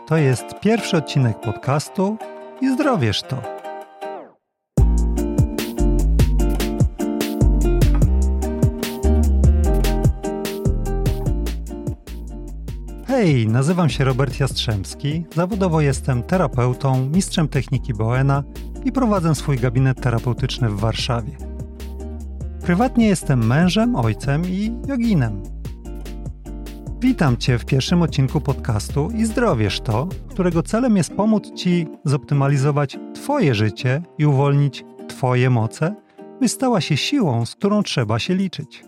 To jest pierwszy odcinek podcastu i zdrowiesz to. Hej, nazywam się Robert Jastrzębski, zawodowo jestem terapeutą, mistrzem techniki Boena i prowadzę swój gabinet terapeutyczny w Warszawie. Prywatnie jestem mężem, ojcem i joginem. Witam Cię w pierwszym odcinku podcastu i zdrowiesz to, którego celem jest pomóc Ci zoptymalizować Twoje życie i uwolnić Twoje moce, by stała się siłą, z którą trzeba się liczyć.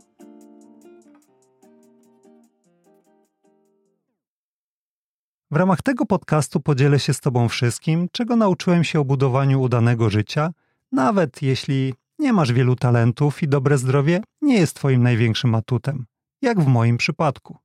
W ramach tego podcastu podzielę się z Tobą wszystkim, czego nauczyłem się o budowaniu udanego życia, nawet jeśli nie masz wielu talentów i dobre zdrowie nie jest Twoim największym atutem, jak w moim przypadku.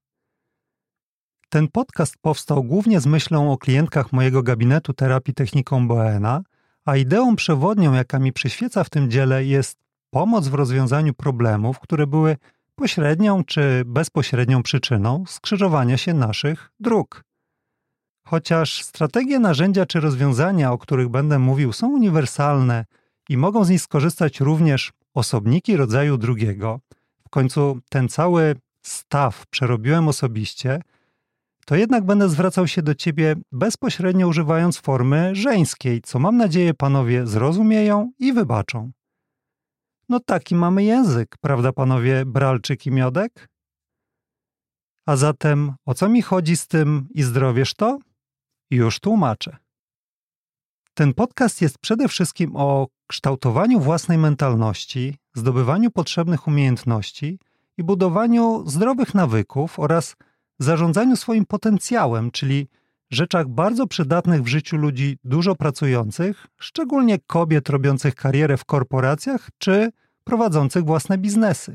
Ten podcast powstał głównie z myślą o klientkach mojego gabinetu terapii techniką Boena, a ideą przewodnią, jaka mi przyświeca w tym dziele, jest pomoc w rozwiązaniu problemów, które były pośrednią czy bezpośrednią przyczyną skrzyżowania się naszych dróg. Chociaż strategie, narzędzia czy rozwiązania, o których będę mówił, są uniwersalne i mogą z nich skorzystać również osobniki rodzaju drugiego, w końcu ten cały staw przerobiłem osobiście, to jednak będę zwracał się do Ciebie bezpośrednio używając formy żeńskiej, co mam nadzieję panowie zrozumieją i wybaczą. No taki mamy język, prawda panowie Bralczyk i Miodek? A zatem o co mi chodzi z tym i zdrowiesz to? Już tłumaczę. Ten podcast jest przede wszystkim o kształtowaniu własnej mentalności, zdobywaniu potrzebnych umiejętności i budowaniu zdrowych nawyków oraz zarządzaniu swoim potencjałem, czyli rzeczach bardzo przydatnych w życiu ludzi dużo pracujących, szczególnie kobiet robiących karierę w korporacjach czy prowadzących własne biznesy.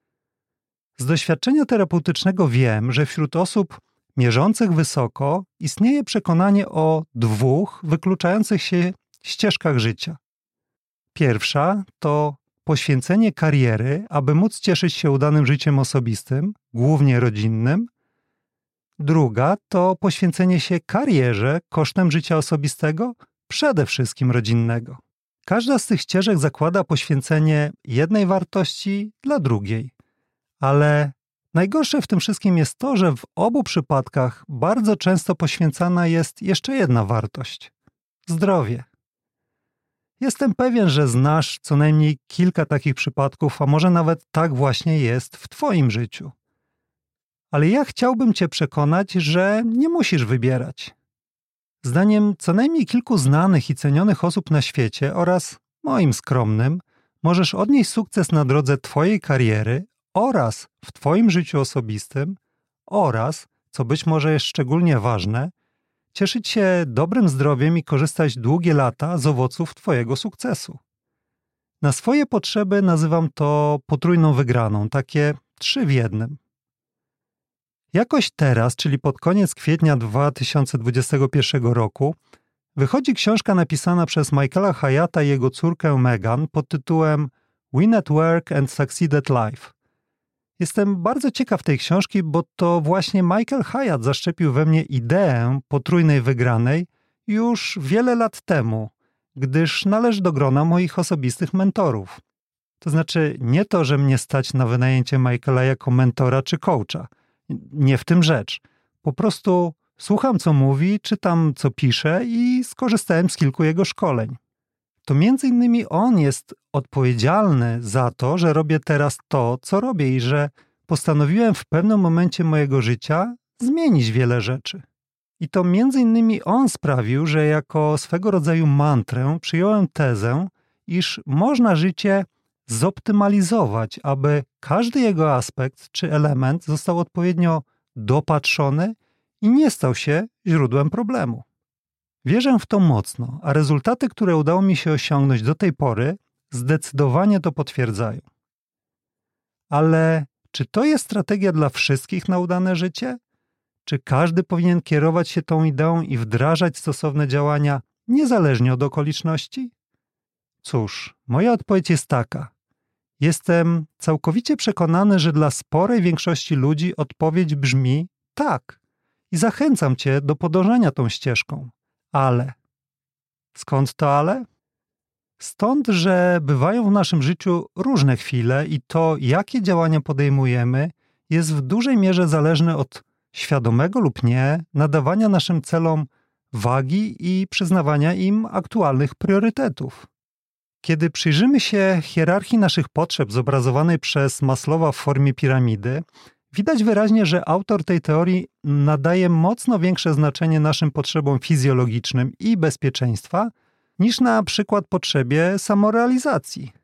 Z doświadczenia terapeutycznego wiem, że wśród osób mierzących wysoko istnieje przekonanie o dwóch wykluczających się ścieżkach życia. Pierwsza to poświęcenie kariery, aby móc cieszyć się udanym życiem osobistym, głównie rodzinnym. Druga to poświęcenie się karierze kosztem życia osobistego, przede wszystkim rodzinnego. Każda z tych ścieżek zakłada poświęcenie jednej wartości dla drugiej. Ale najgorsze w tym wszystkim jest to, że w obu przypadkach bardzo często poświęcana jest jeszcze jedna wartość – zdrowie. Jestem pewien, że znasz co najmniej kilka takich przypadków, a może nawet tak właśnie jest w Twoim życiu. Ale ja chciałbym Cię przekonać, że nie musisz wybierać. Zdaniem co najmniej kilku znanych i cenionych osób na świecie oraz moim skromnym, możesz odnieść sukces na drodze Twojej kariery oraz w Twoim życiu osobistym oraz, co być może jest szczególnie ważne, cieszyć się dobrym zdrowiem i korzystać długie lata z owoców Twojego sukcesu. Na swoje potrzeby nazywam to potrójną wygraną, takie 3 w 1. Jakoś teraz, czyli pod koniec kwietnia 2021 roku, wychodzi książka napisana przez Michaela Hyatta i jego córkę Megan pod tytułem Win at Work and Succeed at Life. Jestem bardzo ciekaw tej książki, bo to właśnie Michael Hyatt zaszczepił we mnie ideę potrójnej wygranej już wiele lat temu, gdyż należy do grona moich osobistych mentorów. To znaczy nie to, że mnie stać na wynajęcie Michaela jako mentora czy coacha. Nie w tym rzecz. Po prostu słucham, co mówi, czytam, co pisze i skorzystałem z kilku jego szkoleń. To między innymi on jest odpowiedzialny za to, że robię teraz to, co robię i że postanowiłem w pewnym momencie mojego życia zmienić wiele rzeczy. I to między innymi on sprawił, że jako swego rodzaju mantrę przyjąłem tezę, iż można życie zoptymalizować, aby każdy jego aspekt czy element został odpowiednio dopatrzony i nie stał się źródłem problemu. Wierzę w to mocno, a rezultaty, które udało mi się osiągnąć do tej pory, zdecydowanie to potwierdzają. Ale czy to jest strategia dla wszystkich na udane życie? Czy każdy powinien kierować się tą ideą i wdrażać stosowne działania niezależnie od okoliczności? Cóż, moja odpowiedź jest taka. Jestem całkowicie przekonany, że dla sporej większości ludzi odpowiedź brzmi tak. i zachęcam Cię do podążania tą ścieżką. Ale skąd to ale? Stąd, że bywają w naszym życiu różne chwile i to, jakie działania podejmujemy, jest w dużej mierze zależne od świadomego lub nie nadawania naszym celom wagi i przyznawania im aktualnych priorytetów. Kiedy przyjrzymy się hierarchii naszych potrzeb zobrazowanej przez Maslowa w formie piramidy, widać wyraźnie, że autor tej teorii nadaje mocno większe znaczenie naszym potrzebom fizjologicznym i bezpieczeństwa niż na przykład potrzebie samorealizacji.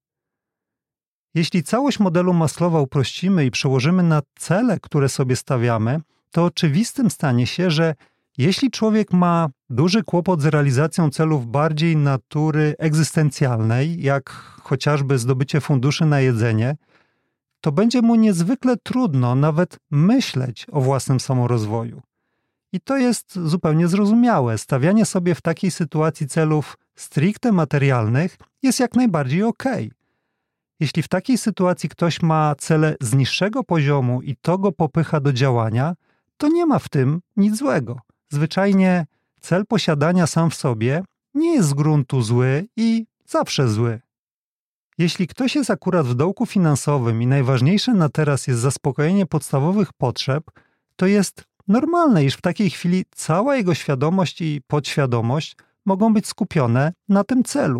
Jeśli całość modelu Maslowa uprościmy i przełożymy na cele, które sobie stawiamy, to oczywistym stanie się, że jeśli człowiek ma duży kłopot z realizacją celów bardziej natury egzystencjalnej, jak chociażby zdobycie funduszy na jedzenie, to będzie mu niezwykle trudno nawet myśleć o własnym samorozwoju. I to jest zupełnie zrozumiałe. Stawianie sobie w takiej sytuacji celów stricte materialnych jest jak najbardziej okej. Jeśli w takiej sytuacji ktoś ma cele z niższego poziomu i to go popycha do działania, to nie ma w tym nic złego. Zwyczajnie cel posiadania sam w sobie nie jest z gruntu zły i zawsze zły. Jeśli ktoś jest akurat w dołku finansowym i najważniejsze na teraz jest zaspokojenie podstawowych potrzeb, to jest normalne, iż w takiej chwili cała jego świadomość i podświadomość mogą być skupione na tym celu.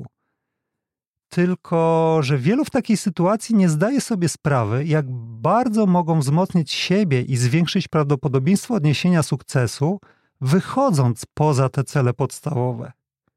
Tylko że wielu w takiej sytuacji nie zdaje sobie sprawy, jak bardzo mogą wzmocnić siebie i zwiększyć prawdopodobieństwo odniesienia sukcesu, wychodząc poza te cele podstawowe.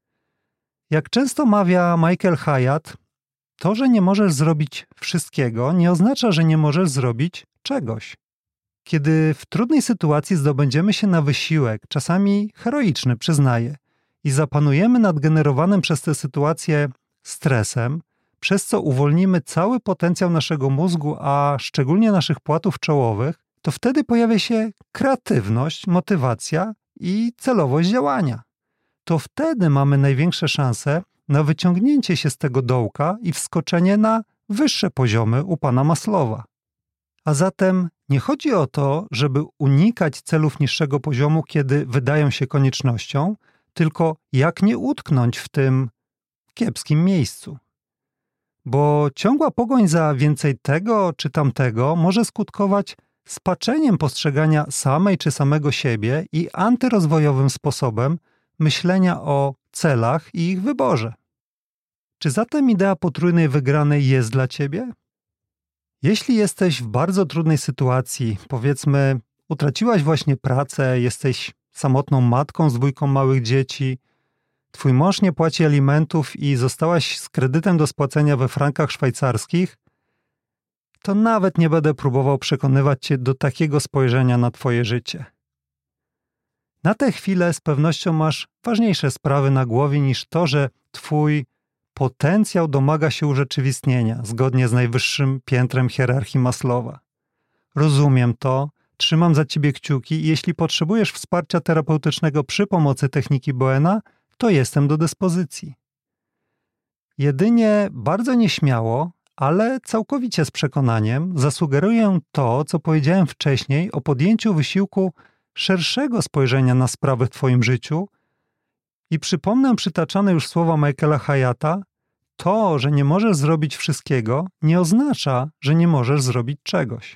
Jak często mawia Michael Hyatt, to, że nie możesz zrobić wszystkiego, nie oznacza, że nie możesz zrobić czegoś. Kiedy w trudnej sytuacji zdobędziemy się na wysiłek, czasami heroiczny, przyznaję, i zapanujemy nad generowanym przez tę sytuację stresem, przez co uwolnimy cały potencjał naszego mózgu, a szczególnie naszych płatów czołowych, to wtedy pojawia się kreatywność, motywacja i celowość działania. To wtedy mamy największe szanse na wyciągnięcie się z tego dołka i wskoczenie na wyższe poziomy u pana Maslowa. A zatem nie chodzi o to, żeby unikać celów niższego poziomu, kiedy wydają się koniecznością, tylko jak nie utknąć w tym kiepskim miejscu. Bo ciągła pogoń za więcej tego czy tamtego może skutkować spaczeniem postrzegania samej czy samego siebie i antyrozwojowym sposobem myślenia o celach i ich wyborze. Czy zatem idea potrójnej wygranej jest dla Ciebie? Jeśli jesteś w bardzo trudnej sytuacji, powiedzmy, utraciłaś właśnie pracę, jesteś samotną matką z 2 małych dzieci, Twój mąż nie płaci alimentów i zostałaś z kredytem do spłacenia we frankach szwajcarskich, to nawet nie będę próbował przekonywać Cię do takiego spojrzenia na Twoje życie. Na tę chwilę z pewnością masz ważniejsze sprawy na głowie niż to, że Twój potencjał domaga się urzeczywistnienia zgodnie z najwyższym piętrem hierarchii Maslowa. Rozumiem to, trzymam za Ciebie kciuki i jeśli potrzebujesz wsparcia terapeutycznego przy pomocy techniki Boena, to jestem do dyspozycji. Jedynie bardzo nieśmiało, ale całkowicie z przekonaniem zasugeruję to, co powiedziałem wcześniej o podjęciu wysiłku szerszego spojrzenia na sprawy w Twoim życiu i przypomnę przytaczane już słowa Michaela Hyatta: to, że nie możesz zrobić wszystkiego, nie oznacza, że nie możesz zrobić czegoś.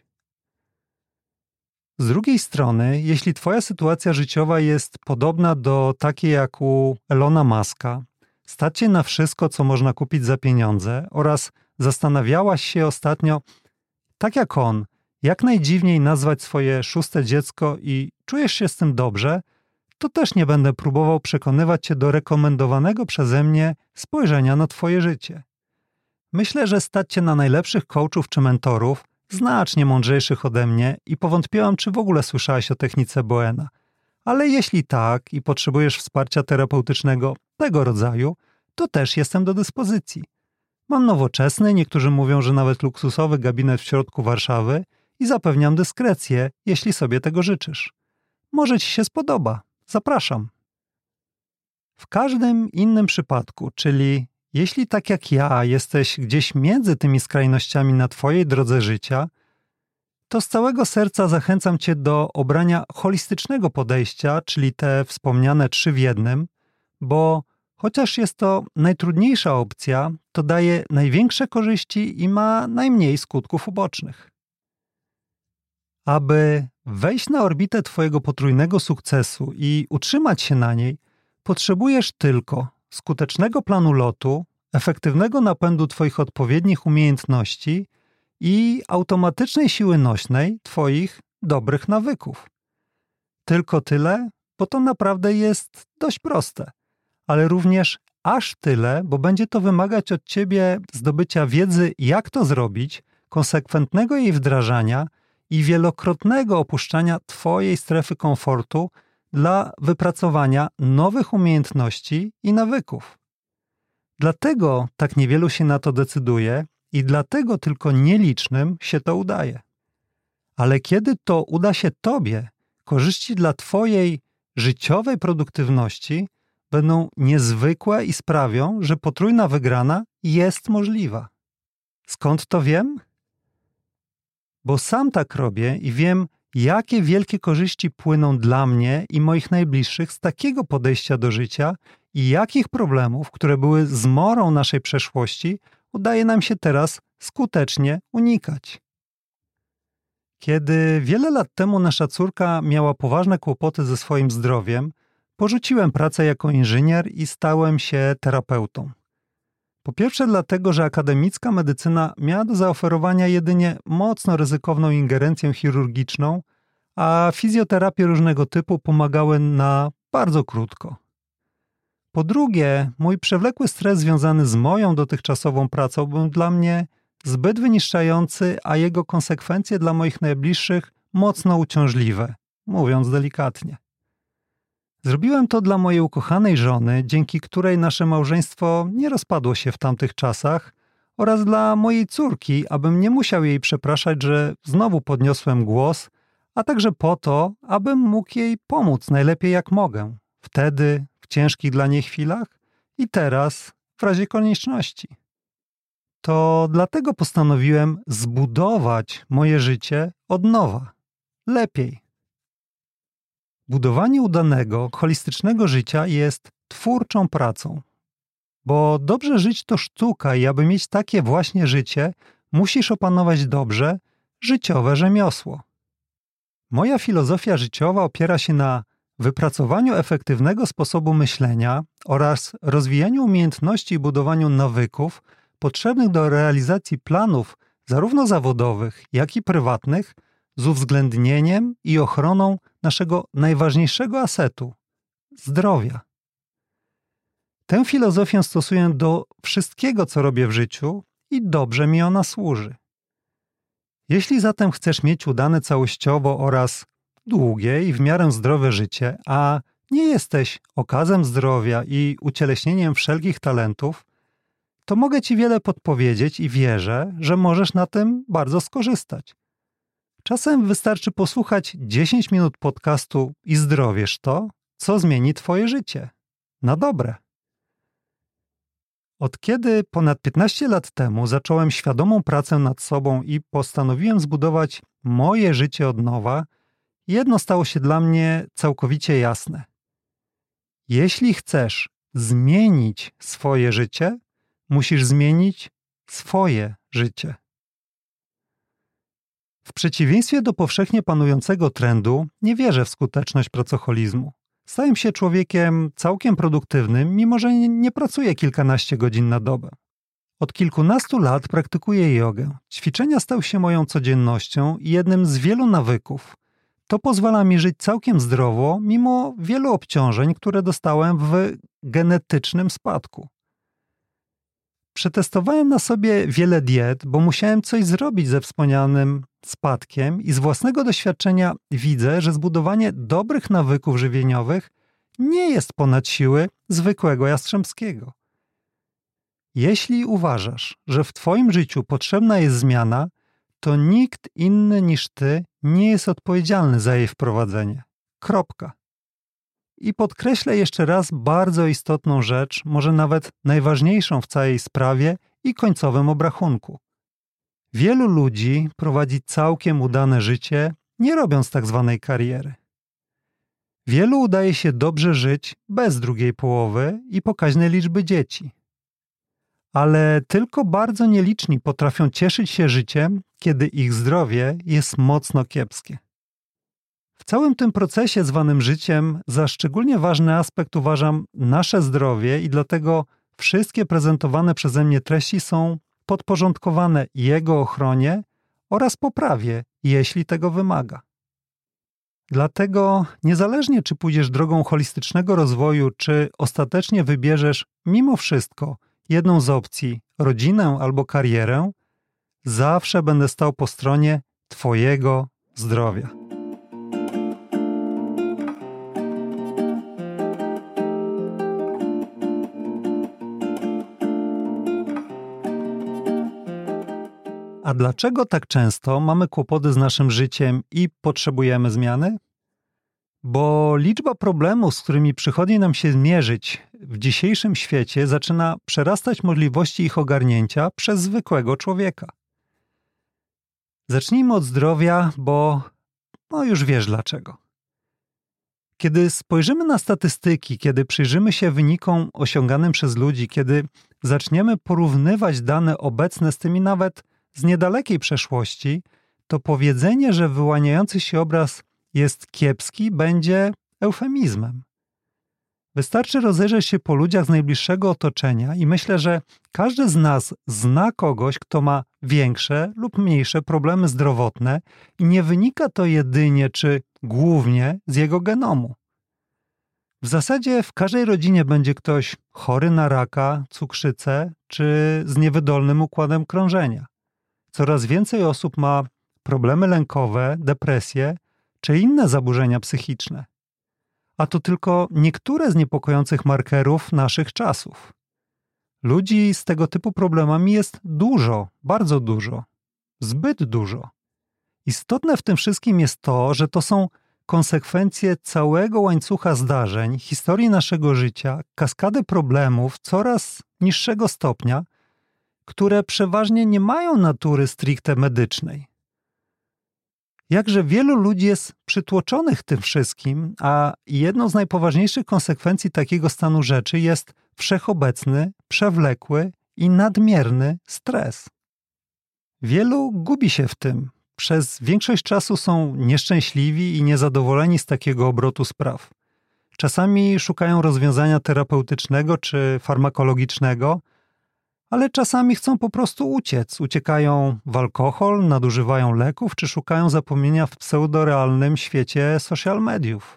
Z drugiej strony, jeśli Twoja sytuacja życiowa jest podobna do takiej jak u Elona Muska, stać się na wszystko, co można kupić za pieniądze oraz zastanawiałaś się ostatnio, tak jak on, jak najdziwniej nazwać swoje 6. dziecko i czujesz się z tym dobrze, to też nie będę próbował przekonywać Cię do rekomendowanego przeze mnie spojrzenia na Twoje życie. Myślę, że stać Cię na najlepszych coachów czy mentorów, znacznie mądrzejszych ode mnie i powątpiłam, czy w ogóle słyszałeś o technice Boena. Ale jeśli tak i potrzebujesz wsparcia terapeutycznego tego rodzaju, to też jestem do dyspozycji. Mam nowoczesny, niektórzy mówią, że nawet luksusowy gabinet w środku Warszawy i zapewniam dyskrecję, jeśli sobie tego życzysz. Może Ci się spodoba. Zapraszam. W każdym innym przypadku, czyli jeśli tak jak ja jesteś gdzieś między tymi skrajnościami na Twojej drodze życia, to z całego serca zachęcam Cię do obrania holistycznego podejścia, czyli te wspomniane 3 w jednym, bo chociaż jest to najtrudniejsza opcja, to daje największe korzyści i ma najmniej skutków ubocznych. Aby wejść na orbitę Twojego potrójnego sukcesu i utrzymać się na niej, potrzebujesz tylko skutecznego planu lotu, efektywnego napędu Twoich odpowiednich umiejętności i automatycznej siły nośnej Twoich dobrych nawyków. Tylko tyle, bo to naprawdę jest dość proste, ale również aż tyle, bo będzie to wymagać od Ciebie zdobycia wiedzy, jak to zrobić, konsekwentnego jej wdrażania i wielokrotnego opuszczania Twojej strefy komfortu dla wypracowania nowych umiejętności i nawyków. Dlatego tak niewielu się na to decyduje i dlatego tylko nielicznym się to udaje. Ale kiedy to uda się Tobie, korzyści dla Twojej życiowej produktywności będą niezwykłe i sprawią, że potrójna wygrana jest możliwa. Skąd to wiem? Bo sam tak robię i wiem, jakie wielkie korzyści płyną dla mnie i moich najbliższych z takiego podejścia do życia i jakich problemów, które były zmorą naszej przeszłości, udaje nam się teraz skutecznie unikać. Kiedy wiele lat temu nasza córka miała poważne kłopoty ze swoim zdrowiem, porzuciłem pracę jako inżynier i stałem się terapeutą. Po pierwsze dlatego, że akademicka medycyna miała do zaoferowania jedynie mocno ryzykowną ingerencję chirurgiczną, a fizjoterapie różnego typu pomagały na bardzo krótko. Po drugie, mój przewlekły stres związany z moją dotychczasową pracą był dla mnie zbyt wyniszczający, a jego konsekwencje dla moich najbliższych mocno uciążliwe, mówiąc delikatnie. Zrobiłem to dla mojej ukochanej żony, dzięki której nasze małżeństwo nie rozpadło się w tamtych czasach, oraz dla mojej córki, abym nie musiał jej przepraszać, że znowu podniosłem głos, a także po to, abym mógł jej pomóc najlepiej jak mogę, wtedy, w ciężkich dla niej chwilach i teraz, w razie konieczności. To dlatego postanowiłem zbudować moje życie od nowa, lepiej. Budowanie udanego, holistycznego życia jest twórczą pracą. Bo dobrze żyć to sztuka i aby mieć takie właśnie życie, musisz opanować dobrze życiowe rzemiosło. Moja filozofia życiowa opiera się na wypracowaniu efektywnego sposobu myślenia oraz rozwijaniu umiejętności i budowaniu nawyków potrzebnych do realizacji planów zarówno zawodowych, jak i prywatnych z uwzględnieniem i ochroną naszego najważniejszego asetu – zdrowia. Tę filozofię stosuję do wszystkiego, co robię w życiu i dobrze mi ona służy. Jeśli zatem chcesz mieć udane całościowo oraz długie i w miarę zdrowe życie, a nie jesteś okazem zdrowia i ucieleśnieniem wszelkich talentów, to mogę Ci wiele podpowiedzieć i wierzę, że możesz na tym bardzo skorzystać. Czasem wystarczy posłuchać 10 minut podcastu i zdrowiesz to, co zmieni Twoje życie. Na dobre. Od kiedy ponad 15 lat temu zacząłem świadomą pracę nad sobą i postanowiłem zbudować moje życie od nowa, jedno stało się dla mnie całkowicie jasne. Jeśli chcesz zmienić swoje życie, musisz zmienić swoje życie. W przeciwieństwie do powszechnie panującego trendu, nie wierzę w skuteczność pracoholizmu. Stałem się człowiekiem całkiem produktywnym, mimo że nie pracuję kilkanaście godzin na dobę. Od kilkunastu lat praktykuję jogę. Ćwiczenia stały się moją codziennością i jednym z wielu nawyków. To pozwala mi żyć całkiem zdrowo, mimo wielu obciążeń, które dostałem w genetycznym spadku. Przetestowałem na sobie wiele diet, bo musiałem coś zrobić ze wspomnianym spadkiem i z własnego doświadczenia widzę, że zbudowanie dobrych nawyków żywieniowych nie jest ponad siły zwykłego Jastrzębskiego. Jeśli uważasz, że w Twoim życiu potrzebna jest zmiana, to nikt inny niż Ty nie jest odpowiedzialny za jej wprowadzenie. Kropka. I podkreślę jeszcze raz bardzo istotną rzecz, może nawet najważniejszą w całej sprawie i końcowym obrachunku. Wielu ludzi prowadzi całkiem udane życie, nie robiąc tak zwanej kariery. Wielu udaje się dobrze żyć bez drugiej połowy i pokaźnej liczby dzieci. Ale tylko bardzo nieliczni potrafią cieszyć się życiem, kiedy ich zdrowie jest mocno kiepskie. W całym tym procesie zwanym życiem za szczególnie ważny aspekt uważam nasze zdrowie i dlatego wszystkie prezentowane przeze mnie treści są podporządkowane jego ochronie oraz poprawie, jeśli tego wymaga. Dlatego niezależnie czy pójdziesz drogą holistycznego rozwoju, czy ostatecznie wybierzesz mimo wszystko jedną z opcji, rodzinę albo karierę, zawsze będę stał po stronie Twojego zdrowia. A dlaczego tak często mamy kłopoty z naszym życiem i potrzebujemy zmiany? Bo liczba problemów, z którymi przychodzi nam się zmierzyć w dzisiejszym świecie, zaczyna przerastać możliwości ich ogarnięcia przez zwykłego człowieka. Zacznijmy od zdrowia, bo już wiesz dlaczego. Kiedy spojrzymy na statystyki, kiedy przyjrzymy się wynikom osiąganym przez ludzi, kiedy zaczniemy porównywać dane obecne z tymi nawet z niedalekiej przeszłości, to powiedzenie, że wyłaniający się obraz jest kiepski, będzie eufemizmem. Wystarczy rozejrzeć się po ludziach z najbliższego otoczenia i myślę, że każdy z nas zna kogoś, kto ma większe lub mniejsze problemy zdrowotne i nie wynika to jedynie czy głównie z jego genomu. W zasadzie w każdej rodzinie będzie ktoś chory na raka, cukrzycę czy z niewydolnym układem krążenia. Coraz więcej osób ma problemy lękowe, depresję czy inne zaburzenia psychiczne. A to tylko niektóre z niepokojących markerów naszych czasów. Ludzi z tego typu problemami jest dużo, bardzo dużo, zbyt dużo. Istotne w tym wszystkim jest to, że to są konsekwencje całego łańcucha zdarzeń, historii naszego życia, kaskady problemów coraz niższego stopnia, które przeważnie nie mają natury stricte medycznej. Jakże wielu ludzi jest przytłoczonych tym wszystkim, a jedną z najpoważniejszych konsekwencji takiego stanu rzeczy jest wszechobecny, przewlekły i nadmierny stres. Wielu gubi się w tym. Przez większość czasu są nieszczęśliwi i niezadowoleni z takiego obrotu spraw. Czasami szukają rozwiązania terapeutycznego czy farmakologicznego, ale czasami chcą po prostu uciec. Uciekają w alkohol, nadużywają leków, czy szukają zapomnienia w pseudorealnym świecie social mediów.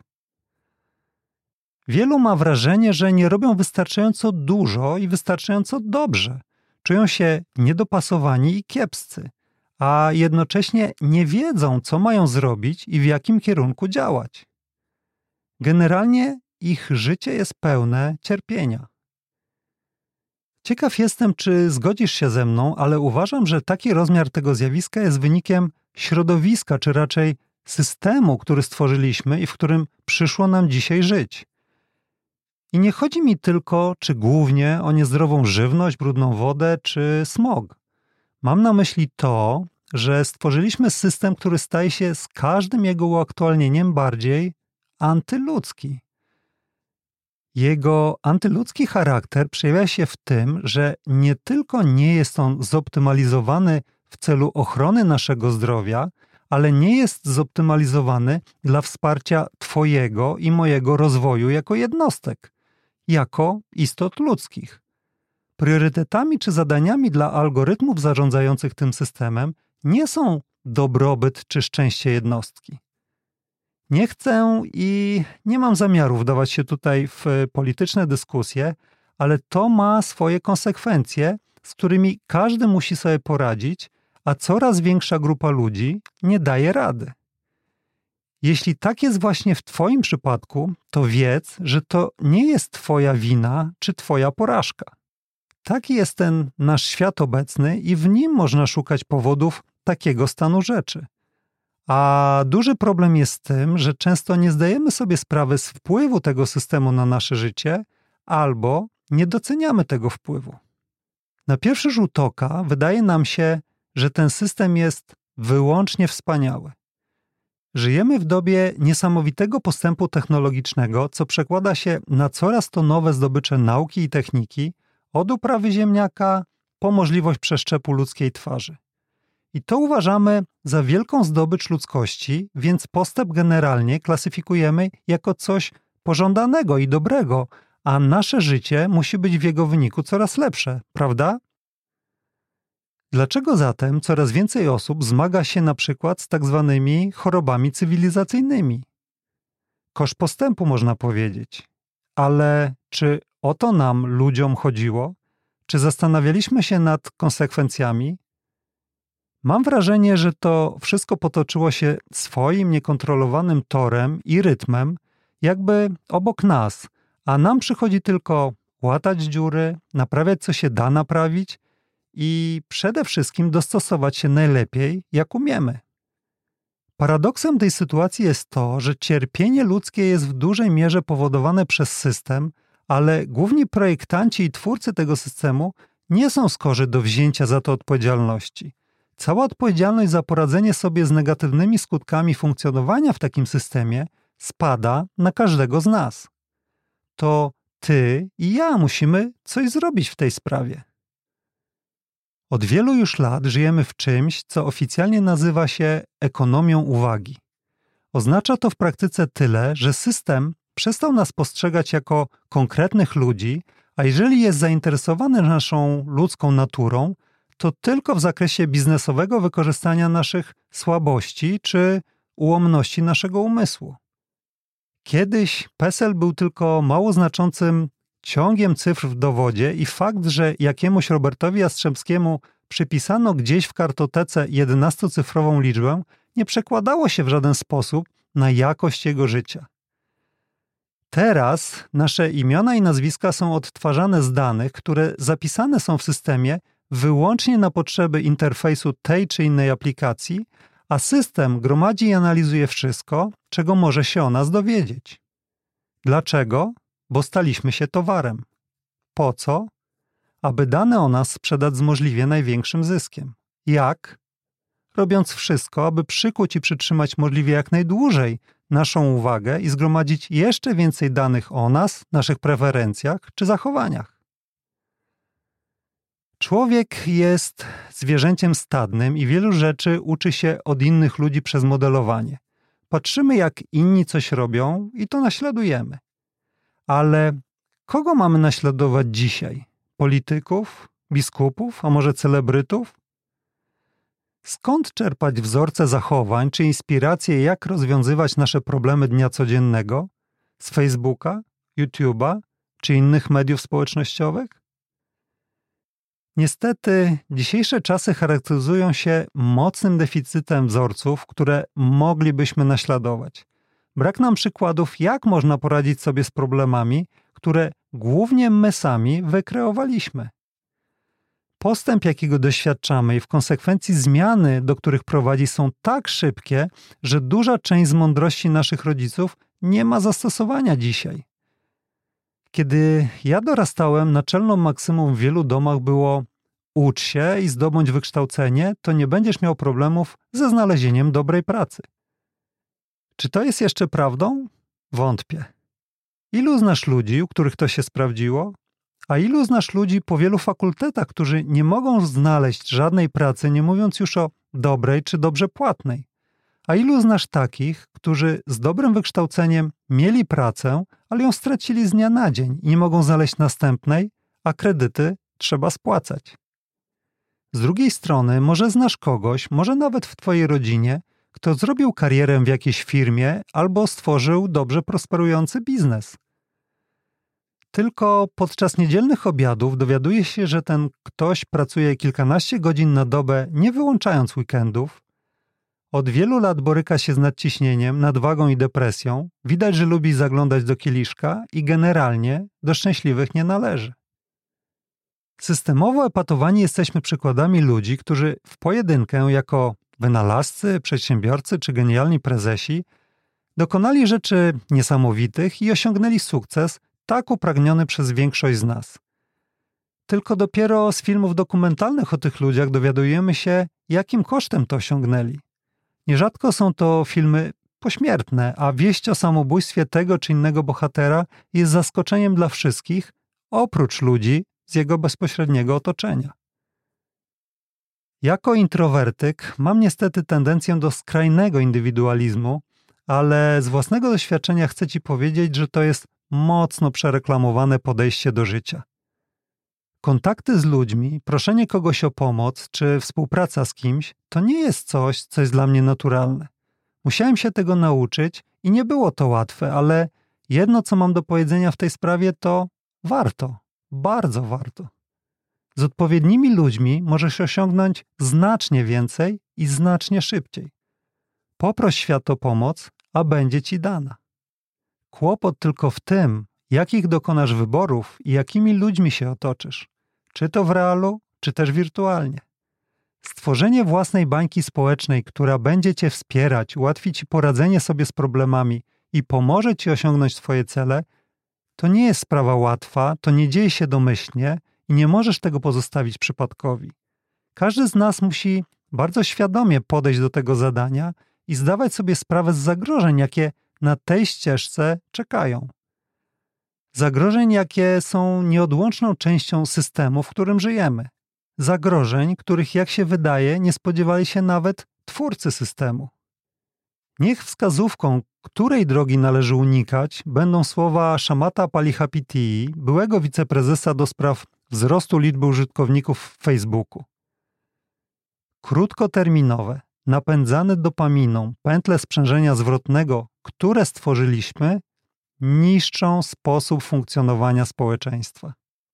Wielu ma wrażenie, że nie robią wystarczająco dużo i wystarczająco dobrze. Czują się niedopasowani i kiepscy, a jednocześnie nie wiedzą, co mają zrobić i w jakim kierunku działać. Generalnie ich życie jest pełne cierpienia. Ciekaw jestem, czy zgodzisz się ze mną, ale uważam, że taki rozmiar tego zjawiska jest wynikiem środowiska, czy raczej systemu, który stworzyliśmy i w którym przyszło nam dzisiaj żyć. I nie chodzi mi tylko, czy głównie o niezdrową żywność, brudną wodę, czy smog. Mam na myśli to, że stworzyliśmy system, który staje się z każdym jego uaktualnieniem bardziej antyludzki. Jego antyludzki charakter przejawia się w tym, że nie tylko nie jest on zoptymalizowany w celu ochrony naszego zdrowia, ale nie jest zoptymalizowany dla wsparcia Twojego i mojego rozwoju jako jednostek, jako istot ludzkich. Priorytetami czy zadaniami dla algorytmów zarządzających tym systemem nie są dobrobyt czy szczęście jednostki. Nie chcę i nie mam zamiaru wdawać się tutaj w polityczne dyskusje, ale to ma swoje konsekwencje, z którymi każdy musi sobie poradzić, a coraz większa grupa ludzi nie daje rady. Jeśli tak jest właśnie w Twoim przypadku, to wiedz, że to nie jest Twoja wina czy Twoja porażka. Taki jest ten nasz świat obecny i w nim można szukać powodów takiego stanu rzeczy. A duży problem jest z tym, że często nie zdajemy sobie sprawy z wpływu tego systemu na nasze życie albo nie doceniamy tego wpływu. Na pierwszy rzut oka wydaje nam się, że ten system jest wyłącznie wspaniały. Żyjemy w dobie niesamowitego postępu technologicznego, co przekłada się na coraz to nowe zdobycze nauki i techniki, od uprawy ziemniaka po możliwość przeszczepu ludzkiej twarzy. I to uważamy za wielką zdobycz ludzkości, więc postęp generalnie klasyfikujemy jako coś pożądanego i dobrego, a nasze życie musi być w jego wyniku coraz lepsze, prawda? Dlaczego zatem coraz więcej osób zmaga się na przykład z tak zwanymi chorobami cywilizacyjnymi? Koszt postępu, można powiedzieć. Ale czy o to nam, ludziom, chodziło? Czy zastanawialiśmy się nad konsekwencjami? Mam wrażenie, że to wszystko potoczyło się swoim niekontrolowanym torem i rytmem, jakby obok nas, a nam przychodzi tylko łatać dziury, naprawiać co się da naprawić i przede wszystkim dostosować się najlepiej, jak umiemy. Paradoksem tej sytuacji jest to, że cierpienie ludzkie jest w dużej mierze powodowane przez system, ale główni projektanci i twórcy tego systemu nie są skorzy do wzięcia za to odpowiedzialności. Cała odpowiedzialność za poradzenie sobie z negatywnymi skutkami funkcjonowania w takim systemie spada na każdego z nas. To ty i ja musimy coś zrobić w tej sprawie. Od wielu już lat żyjemy w czymś, co oficjalnie nazywa się ekonomią uwagi. Oznacza to w praktyce tyle, że system przestał nas postrzegać jako konkretnych ludzi, a jeżeli jest zainteresowany naszą ludzką naturą, to tylko w zakresie biznesowego wykorzystania naszych słabości czy ułomności naszego umysłu. Kiedyś PESEL był tylko mało znaczącym ciągiem cyfr w dowodzie i fakt, że jakiemuś Robertowi Jastrzębskiemu przypisano gdzieś w kartotece 11-cyfrową liczbę, nie przekładało się w żaden sposób na jakość jego życia. Teraz nasze imiona i nazwiska są odtwarzane z danych, które zapisane są w systemie wyłącznie na potrzeby interfejsu tej czy innej aplikacji, a system gromadzi i analizuje wszystko, czego może się o nas dowiedzieć. Dlaczego? Bo staliśmy się towarem. Po co? Aby dane o nas sprzedać z możliwie największym zyskiem. Jak? Robiąc wszystko, aby przykuć i przytrzymać możliwie jak najdłużej naszą uwagę i zgromadzić jeszcze więcej danych o nas, naszych preferencjach czy zachowaniach. Człowiek jest zwierzęciem stadnym i wielu rzeczy uczy się od innych ludzi przez modelowanie. Patrzymy, jak inni coś robią i to naśladujemy. Ale kogo mamy naśladować dzisiaj? Polityków? Biskupów? A może celebrytów? Skąd czerpać wzorce zachowań czy inspiracje, jak rozwiązywać nasze problemy dnia codziennego? Z Facebooka, YouTube'a czy innych mediów społecznościowych? Niestety, dzisiejsze czasy charakteryzują się mocnym deficytem wzorców, które moglibyśmy naśladować. Brak nam przykładów, jak można poradzić sobie z problemami, które głównie my sami wykreowaliśmy. Postęp, jakiego doświadczamy i w konsekwencji zmiany, do których prowadzi, są tak szybkie, że duża część z mądrości naszych rodziców nie ma zastosowania dzisiaj. Kiedy ja dorastałem, naczelną maksymą w wielu domach było: ucz się i zdobądź wykształcenie, to nie będziesz miał problemów ze znalezieniem dobrej pracy. Czy to jest jeszcze prawdą? Wątpię. Ilu znasz ludzi, u których to się sprawdziło? A ilu znasz ludzi po wielu fakultetach, którzy nie mogą znaleźć żadnej pracy, nie mówiąc już o dobrej czy dobrze płatnej? A ilu znasz takich, którzy z dobrym wykształceniem mieli pracę, ale ją stracili z dnia na dzień i nie mogą znaleźć następnej, a kredyty trzeba spłacać? Z drugiej strony, może znasz kogoś, może nawet w twojej rodzinie, kto zrobił karierę w jakiejś firmie albo stworzył dobrze prosperujący biznes. Tylko podczas niedzielnych obiadów dowiaduje się, że ten ktoś pracuje kilkanaście godzin na dobę, nie wyłączając weekendów. Od wielu lat boryka się z nadciśnieniem, nadwagą i depresją. Widać, że lubi zaglądać do kieliszka i generalnie do szczęśliwych nie należy. Systemowo epatowani jesteśmy przykładami ludzi, którzy w pojedynkę jako wynalazcy, przedsiębiorcy czy genialni prezesi dokonali rzeczy niesamowitych i osiągnęli sukces tak upragniony przez większość z nas. Tylko dopiero z filmów dokumentalnych o tych ludziach dowiadujemy się, jakim kosztem to osiągnęli. Nierzadko są to filmy pośmiertne, a wieść o samobójstwie tego czy innego bohatera jest zaskoczeniem dla wszystkich, oprócz ludzi z jego bezpośredniego otoczenia. Jako introwertyk mam niestety tendencję do skrajnego indywidualizmu, ale z własnego doświadczenia chcę Ci powiedzieć, że to jest mocno przereklamowane podejście do życia. Kontakty z ludźmi, proszenie kogoś o pomoc czy współpraca z kimś to nie jest coś, co jest dla mnie naturalne. Musiałem się tego nauczyć i nie było to łatwe, ale jedno, co mam do powiedzenia w tej sprawie, to warto, bardzo warto. Z odpowiednimi ludźmi możesz osiągnąć znacznie więcej i znacznie szybciej. Poproś świat o pomoc, a będzie ci dana. Kłopot tylko w tym, jakich dokonasz wyborów i jakimi ludźmi się otoczysz, czy to w realu, czy też wirtualnie. Stworzenie własnej bańki społecznej, która będzie Cię wspierać, ułatwi Ci poradzenie sobie z problemami i pomoże Ci osiągnąć Twoje cele, to nie jest sprawa łatwa, to nie dzieje się domyślnie i nie możesz tego pozostawić przypadkowi. Każdy z nas musi bardzo świadomie podejść do tego zadania i zdawać sobie sprawę z zagrożeń, jakie na tej ścieżce czekają. Zagrożeń, jakie są nieodłączną częścią systemu, w którym żyjemy. Zagrożeń, których, jak się wydaje, nie spodziewali się nawet twórcy systemu. Niech wskazówką, której drogi należy unikać, będą słowa Shamata Palihapitiyi, byłego wiceprezesa do spraw wzrostu liczby użytkowników w Facebooku. Krótkoterminowe, napędzane dopaminą pętle sprzężenia zwrotnego, które stworzyliśmy, niszczą sposób funkcjonowania społeczeństwa.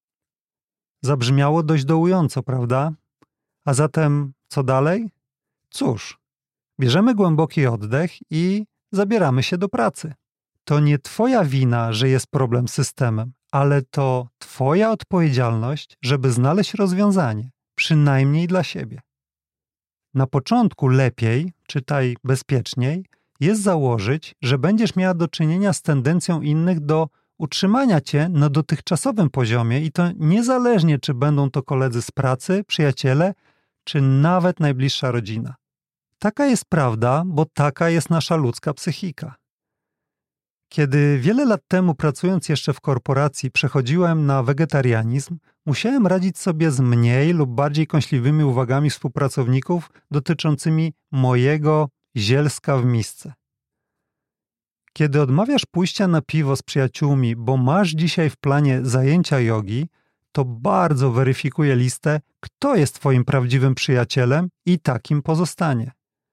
Zabrzmiało dość dołująco, prawda? A zatem co dalej? Cóż, bierzemy głęboki oddech i zabieramy się do pracy. To nie Twoja wina, że jest problem z systemem, ale to Twoja odpowiedzialność, żeby znaleźć rozwiązanie, przynajmniej dla siebie. Na początku lepiej, czytaj bezpieczniej, jest założyć, że będziesz miała do czynienia z tendencją innych do utrzymania Cię na dotychczasowym poziomie i to niezależnie, czy będą to koledzy z pracy, przyjaciele, czy nawet najbliższa rodzina. Taka jest prawda, bo taka jest nasza ludzka psychika. Kiedy wiele lat temu, pracując jeszcze w korporacji, przechodziłem na wegetarianizm, musiałem radzić sobie z mniej lub bardziej kąśliwymi uwagami współpracowników dotyczącymi mojego zielska w misce. Kiedy odmawiasz pójścia na piwo z przyjaciółmi, bo masz dzisiaj w planie zajęcia jogi, to bardzo weryfikuje listę, kto jest Twoim prawdziwym przyjacielem i takim pozostanie.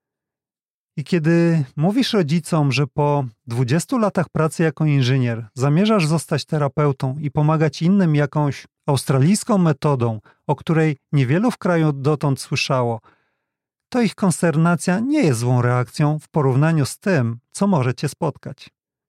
I kiedy mówisz rodzicom, że po 20 latach pracy jako inżynier zamierzasz zostać terapeutą i pomagać innym jakąś australijską metodą, o której niewielu w kraju dotąd słyszało, to ich konsternacja nie jest złą reakcją w porównaniu z tym, co może Cię spotkać.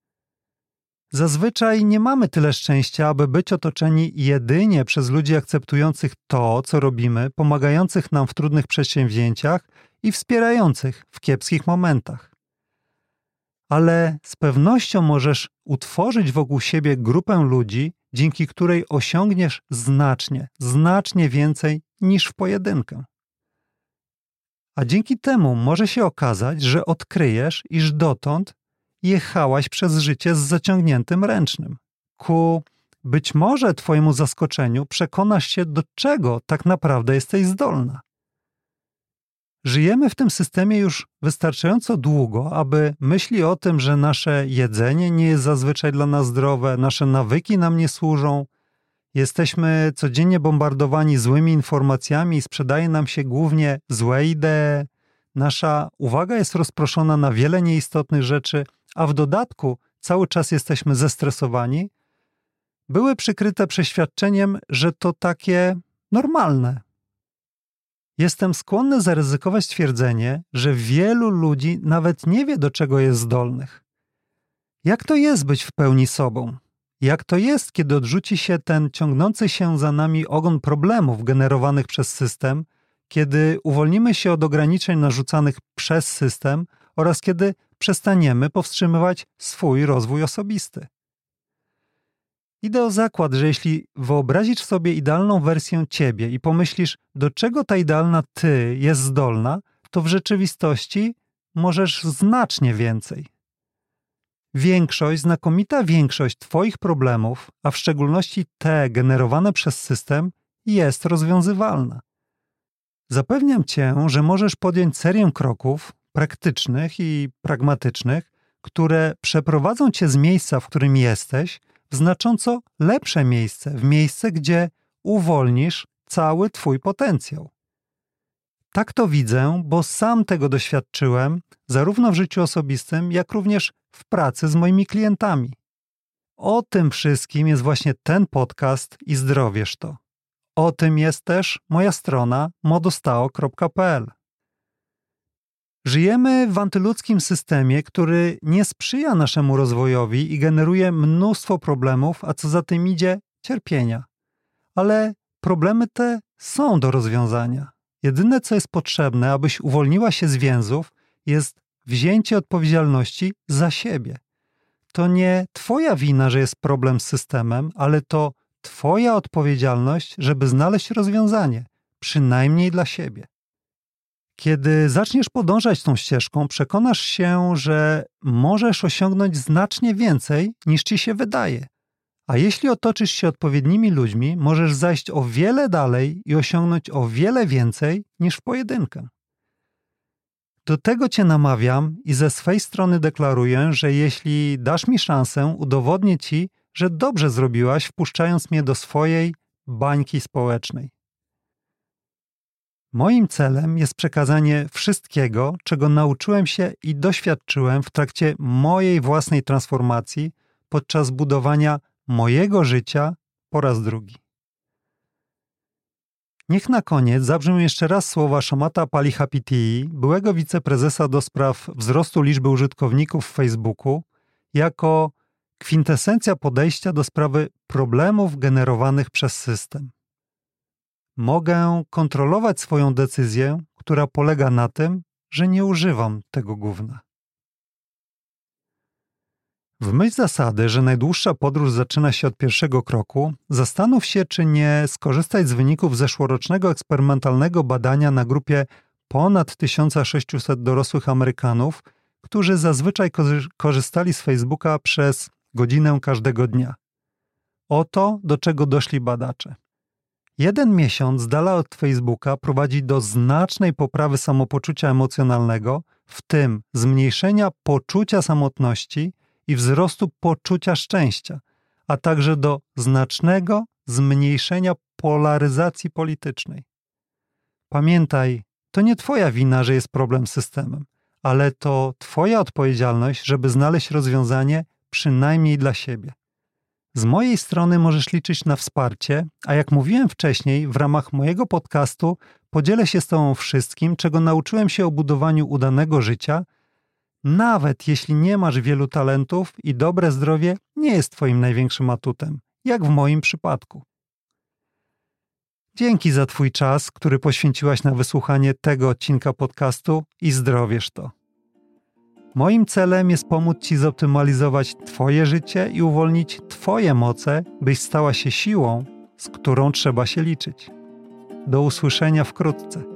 Zazwyczaj nie mamy tyle szczęścia, aby być otoczeni jedynie przez ludzi akceptujących to, co robimy, pomagających nam w trudnych przedsięwzięciach i wspierających w kiepskich momentach. Ale z pewnością możesz utworzyć wokół siebie grupę ludzi, dzięki której osiągniesz znacznie więcej niż w pojedynkę. A dzięki temu może się okazać, że odkryjesz, iż dotąd jechałaś przez życie z zaciągniętym ręcznym. Ku być może Twojemu zaskoczeniu przekonasz się, do czego tak naprawdę jesteś zdolna. Żyjemy w tym systemie już wystarczająco długo, aby myśli o tym, że nasze jedzenie nie jest zazwyczaj dla nas zdrowe, nasze nawyki nam nie służą, jesteśmy codziennie bombardowani złymi informacjami i sprzedaje nam się głównie złe idee, nasza uwaga jest rozproszona na wiele nieistotnych rzeczy, a w dodatku cały czas jesteśmy zestresowani, były przykryte przeświadczeniem, że to takie normalne. Jestem skłonny zaryzykować twierdzenie, że wielu ludzi nawet nie wie, do czego jest zdolnych. Jak to jest być w pełni sobą? Jak to jest, kiedy odrzuci się ten ciągnący się za nami ogon problemów generowanych przez system, kiedy uwolnimy się od ograniczeń narzucanych przez system oraz kiedy przestaniemy powstrzymywać swój rozwój osobisty? Idę o zakład, że jeśli wyobrazisz sobie idealną wersję ciebie i pomyślisz, do czego ta idealna ty jest zdolna, to w rzeczywistości możesz znacznie więcej. Znakomita większość twoich problemów, a w szczególności te generowane przez system, jest rozwiązywalna. Zapewniam cię, że możesz podjąć serię kroków praktycznych i pragmatycznych, które przeprowadzą cię z miejsca, w którym jesteś, w znacząco lepsze miejsce, w miejsce, gdzie uwolnisz cały twój potencjał. Tak to widzę, bo sam tego doświadczyłem, zarówno w życiu osobistym, jak również w pracy z moimi klientami. O tym wszystkim jest właśnie ten podcast i zdrowiesz to. O tym jest też moja strona modostao.pl. Żyjemy w antyludzkim systemie, który nie sprzyja naszemu rozwojowi i generuje mnóstwo problemów, a co za tym idzie, cierpienia. Ale problemy te są do rozwiązania. Jedyne, co jest potrzebne, abyś uwolniła się z więzów, jest wzięcie odpowiedzialności za siebie. To nie twoja wina, że jest problem z systemem, ale to twoja odpowiedzialność, żeby znaleźć rozwiązanie, przynajmniej dla siebie. Kiedy zaczniesz podążać tą ścieżką, przekonasz się, że możesz osiągnąć znacznie więcej, niż ci się wydaje. A jeśli otoczysz się odpowiednimi ludźmi, możesz zajść o wiele dalej i osiągnąć o wiele więcej niż w pojedynkę. Do tego cię namawiam i ze swej strony deklaruję, że jeśli dasz mi szansę, udowodnię ci, że dobrze zrobiłaś, wpuszczając mnie do swojej bańki społecznej. Moim celem jest przekazanie wszystkiego, czego nauczyłem się i doświadczyłem w trakcie mojej własnej transformacji podczas budowania mojego życia po raz drugi. Niech na koniec zabrzmią jeszcze raz słowa Shomata Palihapitiyi, byłego wiceprezesa do spraw wzrostu liczby użytkowników w Facebooku, jako kwintesencja podejścia do sprawy problemów generowanych przez system. Mogę kontrolować swoją decyzję, która polega na tym, że nie używam tego gówna. W myśl zasady, że najdłuższa podróż zaczyna się od pierwszego kroku, zastanów się, czy nie skorzystać z wyników zeszłorocznego eksperymentalnego badania na grupie ponad 1600 dorosłych Amerykanów, którzy zazwyczaj korzystali z Facebooka przez godzinę każdego dnia. Oto do czego doszli badacze. 1 miesiąc z dala od Facebooka prowadzi do znacznej poprawy samopoczucia emocjonalnego, w tym zmniejszenia poczucia samotności i wzrostu poczucia szczęścia, a także do znacznego zmniejszenia polaryzacji politycznej. Pamiętaj, to nie twoja wina, że jest problem z systemem, ale to twoja odpowiedzialność, żeby znaleźć rozwiązanie przynajmniej dla siebie. Z mojej strony możesz liczyć na wsparcie, a jak mówiłem wcześniej, w ramach mojego podcastu podzielę się z tobą wszystkim, czego nauczyłem się o budowaniu udanego życia, nawet jeśli nie masz wielu talentów i dobre zdrowie nie jest twoim największym atutem, jak w moim przypadku. Dzięki za twój czas, który poświęciłaś na wysłuchanie tego odcinka podcastu i zdrowiesz to. Moim celem jest pomóc ci zoptymalizować twoje życie i uwolnić twoje moce, byś stała się siłą, z którą trzeba się liczyć. Do usłyszenia wkrótce.